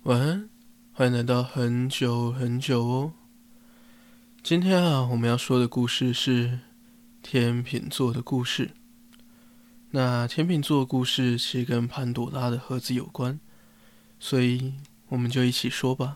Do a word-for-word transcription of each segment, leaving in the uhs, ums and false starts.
晚安，欢迎来到很久很久哦。今天啊，我们要说的故事是天秤座的故事。那天秤座的故事其实跟潘朵拉的盒子有关，所以我们就一起说吧。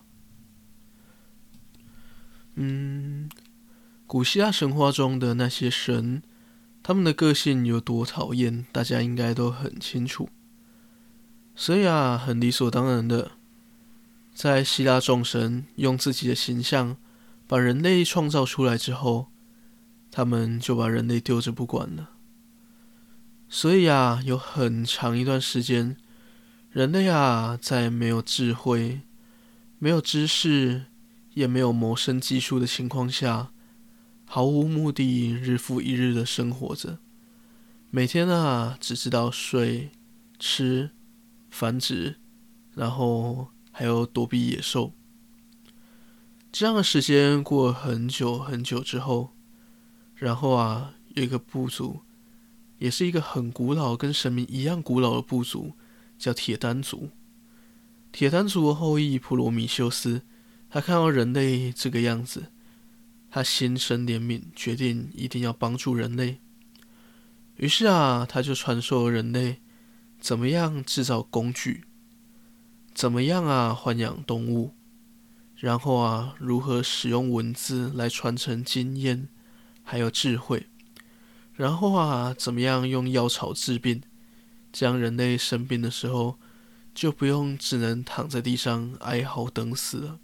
嗯，古希腊神话中的那些神，他们的个性有多讨厌，大家应该都很清楚。所以啊，很理所当然的，在希腊众神用自己的形象把人类创造出来之后，他们就把人类丢着不管了。所以啊，有很长一段时间，人类啊，在没有智慧、没有知识，也没有谋生技术的情况下，毫无目的，日复一日的生活着。每天啊，只知道睡、吃、繁殖，然后还有躲避野兽。这样的时间过了很久很久之后，然后啊，有一个部族，也是一个很古老、跟神明一样古老的部族，叫铁丹族。铁丹族的后裔普罗米修斯，他看到人类这个样子，他心生怜悯，决定一定要帮助人类。于是啊，他就传授人类怎么样制造工具，怎么样啊豢养动物，然后啊如何使用文字来传承经验还有智慧，然后啊怎么样用药草治病，这样人类生病的时候就不用只能躺在地上哀嚎等死了。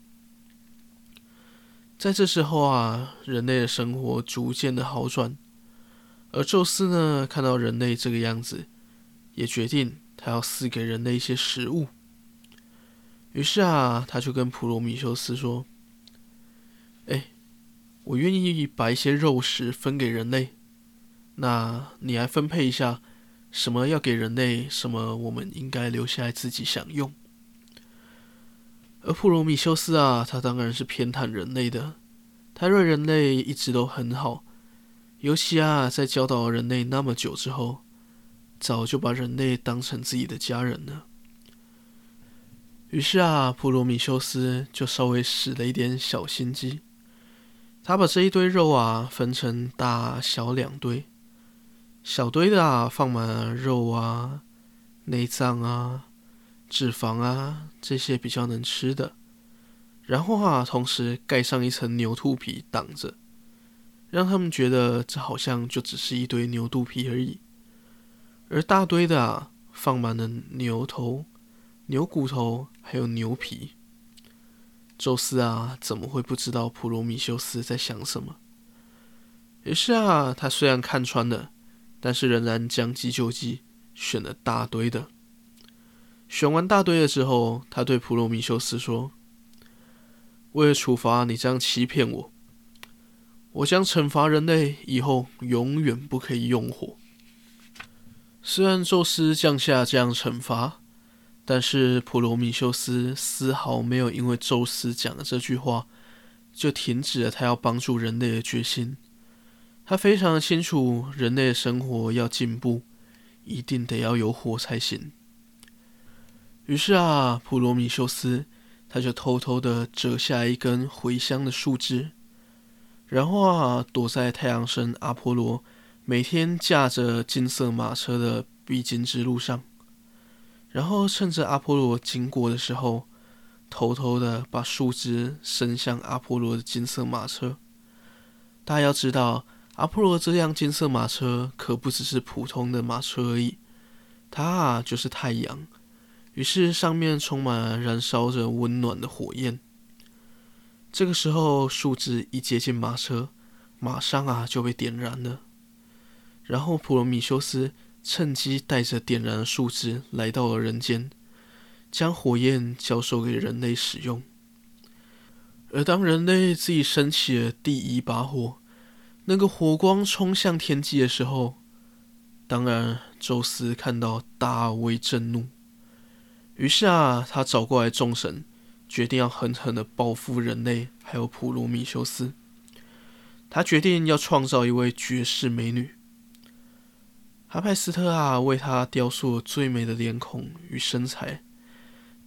在这时候啊，人类的生活逐渐的好转，而宙斯呢，看到人类这个样子，也决定他要赐给人类一些食物。于是啊，他就跟普罗米修斯说：“哎，我愿意把一些肉食分给人类，那你来分配一下，什么要给人类，什么我们应该留下来自己享用。”而普罗米修斯啊，他当然是偏袒人类的，他对人类一直都很好，尤其啊，在教导人类那么久之后，早就把人类当成自己的家人了。于是啊，普罗米修斯就稍微使了一点小心机，他把这一堆肉啊分成大小两堆，小堆的啊放满了肉啊、内脏啊、脂肪啊这些比较能吃的，然后啊同时盖上一层牛肚皮挡着，让他们觉得这好像就只是一堆牛肚皮而已。而大堆的啊放满了牛头、牛骨头还有牛皮。宙斯啊怎么会不知道普罗米修斯在想什么？于是啊，他虽然看穿了，但是仍然将计就计，选了大堆的。选完大堆了之后，他对普罗米修斯说：“为了处罚你这样欺骗我，我将惩罚人类以后永远不可以用火。”虽然宙斯降下这样惩罚，但是普罗米修斯丝毫没有因为宙斯讲的这句话就停止了他要帮助人类的决心。他非常的清楚，人类的生活要进步，一定得要有火才行。于是啊，普罗米修斯他就偷偷的折下一根茴香的树枝，然后啊，躲在太阳神阿波罗每天驾着金色马车的必经之路上，然后趁着阿波罗经过的时候，偷偷的把树枝伸向阿波罗的金色马车。大家要知道，阿波罗这辆金色马车可不只是普通的马车而已，它啊就是太阳。于是上面充满了燃烧着温暖的火焰。这个时候，树枝一接近马车，马上啊就被点燃了。然后普罗米修斯趁机带着点燃的树枝来到了人间，将火焰交授给人类使用。而当人类自己升起了第一把火，那个火光冲向天际的时候，当然宙斯看到大为震怒。于是啊，他找过来众神，决定要狠狠的报复人类还有普罗米修斯。他决定要创造一位绝世美女。哈派斯特啊，为他雕塑最美的脸孔与身材，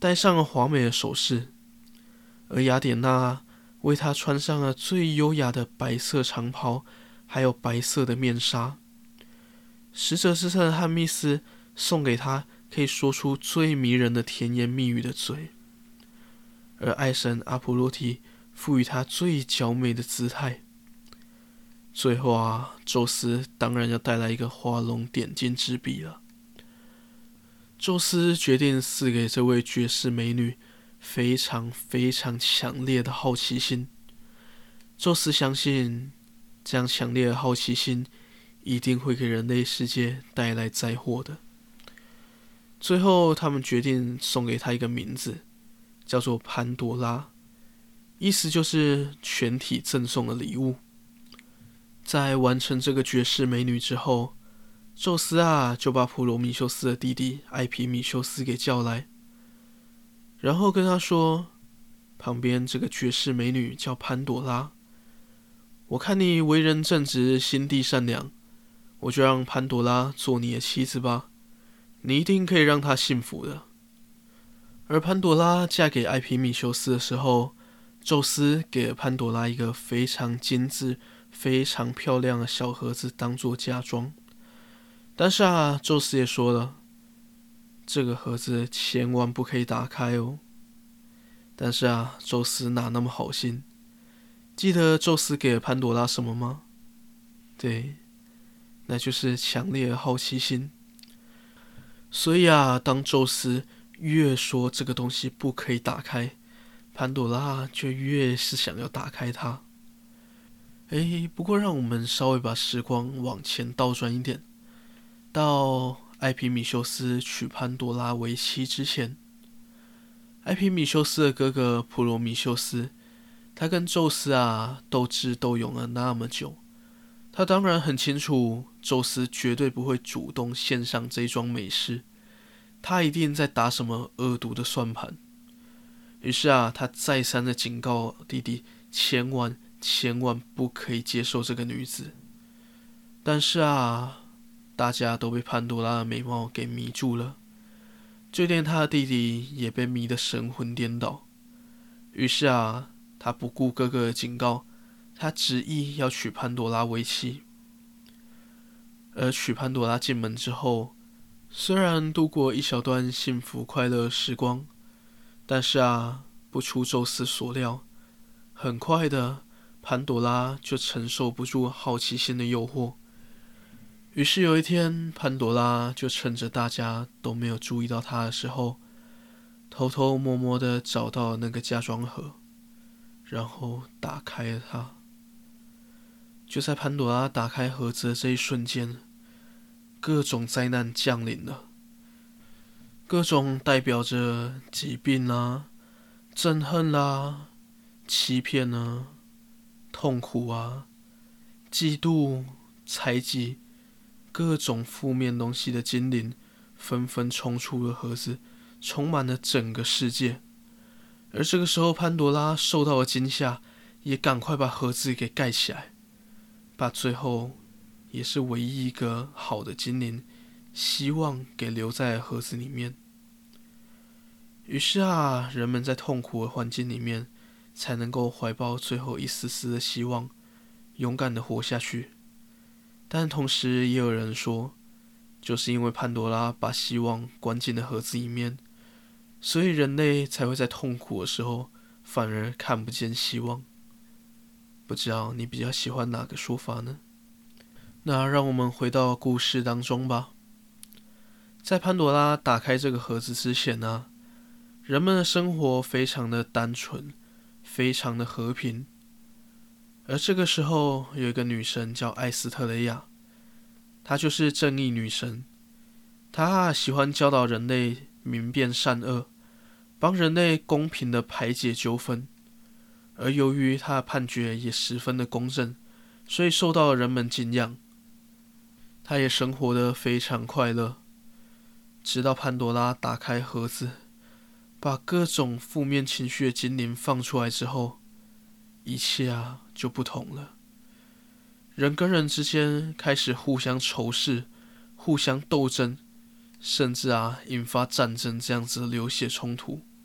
戴上了华美的首饰，而雅典娜为他穿上了最优雅的白色长袍，还有白色的面纱。使者之称的汉密斯送给他可以说出最迷人的甜言蜜语的嘴，而爱神阿波罗提赋予他最娇美的姿态。最后啊，宙斯当然要带来一个画龙点睛之笔了。宙斯决定赐给这位绝世美女非常非常强烈的好奇心。宙斯相信，这样强烈的好奇心一定会给人类世界带来灾祸的。最后，他们决定送给她一个名字，叫做潘多拉，意思就是全体赠送的礼物。在完成这个绝世美女之后，宙斯啊就把普罗米修斯的弟弟艾皮米修斯给叫来，然后跟他说，旁边这个绝世美女叫潘朵拉，我看你为人正直，心地善良，我就让潘朵拉做你的妻子吧，你一定可以让她幸福的。而潘朵拉嫁给艾皮米修斯的时候，宙斯给了潘朵拉一个非常精致非常漂亮的小盒子当做嫁妆，但是啊，宙斯也说了，这个盒子千万不可以打开哦。但是啊，宙斯哪那么好心？记得宙斯给了潘朵拉什么吗？对，那就是强烈的好奇心。所以啊，当宙斯越说这个东西不可以打开，潘朵拉就越是想要打开它。诶，不过让我们稍微把时光往前倒转一点，到艾皮米修斯娶潘多拉为妻之前，艾皮米修斯的哥哥普罗米修斯，他跟宙斯啊斗智斗勇了那么久，他当然很清楚宙斯绝对不会主动献上这桩美事，他一定在打什么恶毒的算盘。于是啊，他再三的警告弟弟，千万千万不可以接受这个女子。但是啊，大家都被潘多拉的美貌给迷住了，就连他的弟弟也被迷得神魂颠倒。于是啊，他不顾哥哥的警告，他执意要娶潘多拉为妻。而娶潘多拉进门之后，虽然度过一小段幸福快乐的时光，但是啊，不出宙斯所料，很快的，潘朵拉就承受不住好奇心的诱惑。于是有一天，潘朵拉就趁着大家都没有注意到她的时候，偷偷摸摸的找到了那个嫁妆盒，然后打开了它。就在潘朵拉打开盒子的这一瞬间，各种灾难降临了，各种代表着疾病啊、憎恨啦、啊、欺骗啊、痛苦啊、嫉妒、猜忌，各种负面东西的精灵纷纷冲出了盒子，充满了整个世界。而这个时候，潘朵拉受到了惊吓，也赶快把盒子给盖起来，把最后也是唯一一个好的精灵希望给留在盒子里面。于是啊，人们在痛苦的环境里面，才能够怀抱最后一丝丝的希望，勇敢的活下去。但同时也有人说，就是因为潘多拉把希望关进了盒子里面，所以人类才会在痛苦的时候反而看不见希望。不知道你比较喜欢哪个说法呢？那让我们回到故事当中吧。在潘多拉打开这个盒子之前呢、啊，人们的生活非常的单纯，非常的和平。而这个时候，有一个女神叫艾斯特雷亚，她就是正义女神。她喜欢教导人类明辨善恶，帮人类公平的排解纠纷。而由于她的判决也十分的公正，所以受到了人们敬仰。她也生活得非常快乐，直到潘多拉打开盒子，把各种负面情绪的精灵放出来之后，一切啊就不同了。人跟人之间开始互相仇视，互相斗争，甚至啊引发战争这样子的流血冲突。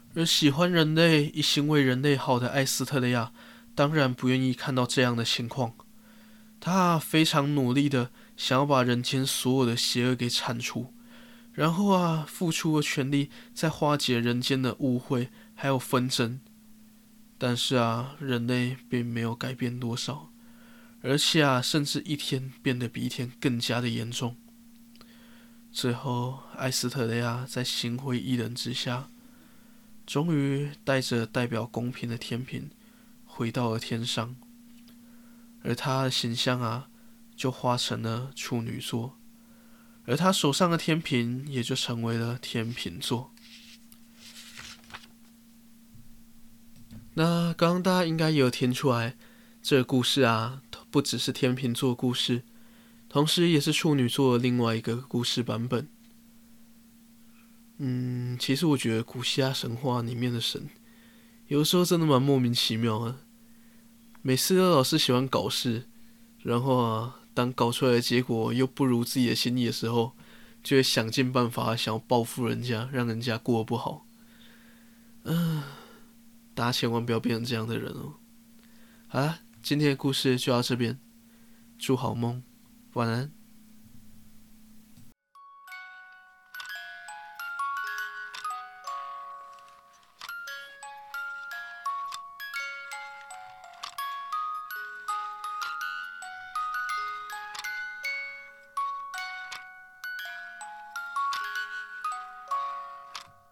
而喜欢人类、一心为人类好的艾斯特雷亚，当然不愿意看到这样的情况。他非常努力的想要把人间所有的邪恶给铲除，然后啊，付出了全力在化解人间的误会还有纷争。但是啊，人类并没有改变多少，而且啊，甚至一天变得比一天更加的严重。最后，艾斯特雷亚在心灰意冷之下，终于带着代表公平的天平回到了天上，而他的形象啊，就化成了处女座，而他手上的天平也就成为了天秤座。那刚刚大家应该也有听出来，这个故事啊，不只是天秤座故事，同时也是处女座的另外一个故事版本。嗯，其实我觉得古希腊神话里面的神，有时候真的蛮莫名其妙的。每次都老是喜欢搞事，然后啊，当搞出来的结果又不如自己的心意的时候，就会想尽办法想要报复人家，让人家过得不好。嗯、呃，大家千万不要变成这样的人哦。好啦，今天的故事就到这边，祝好梦，晚安。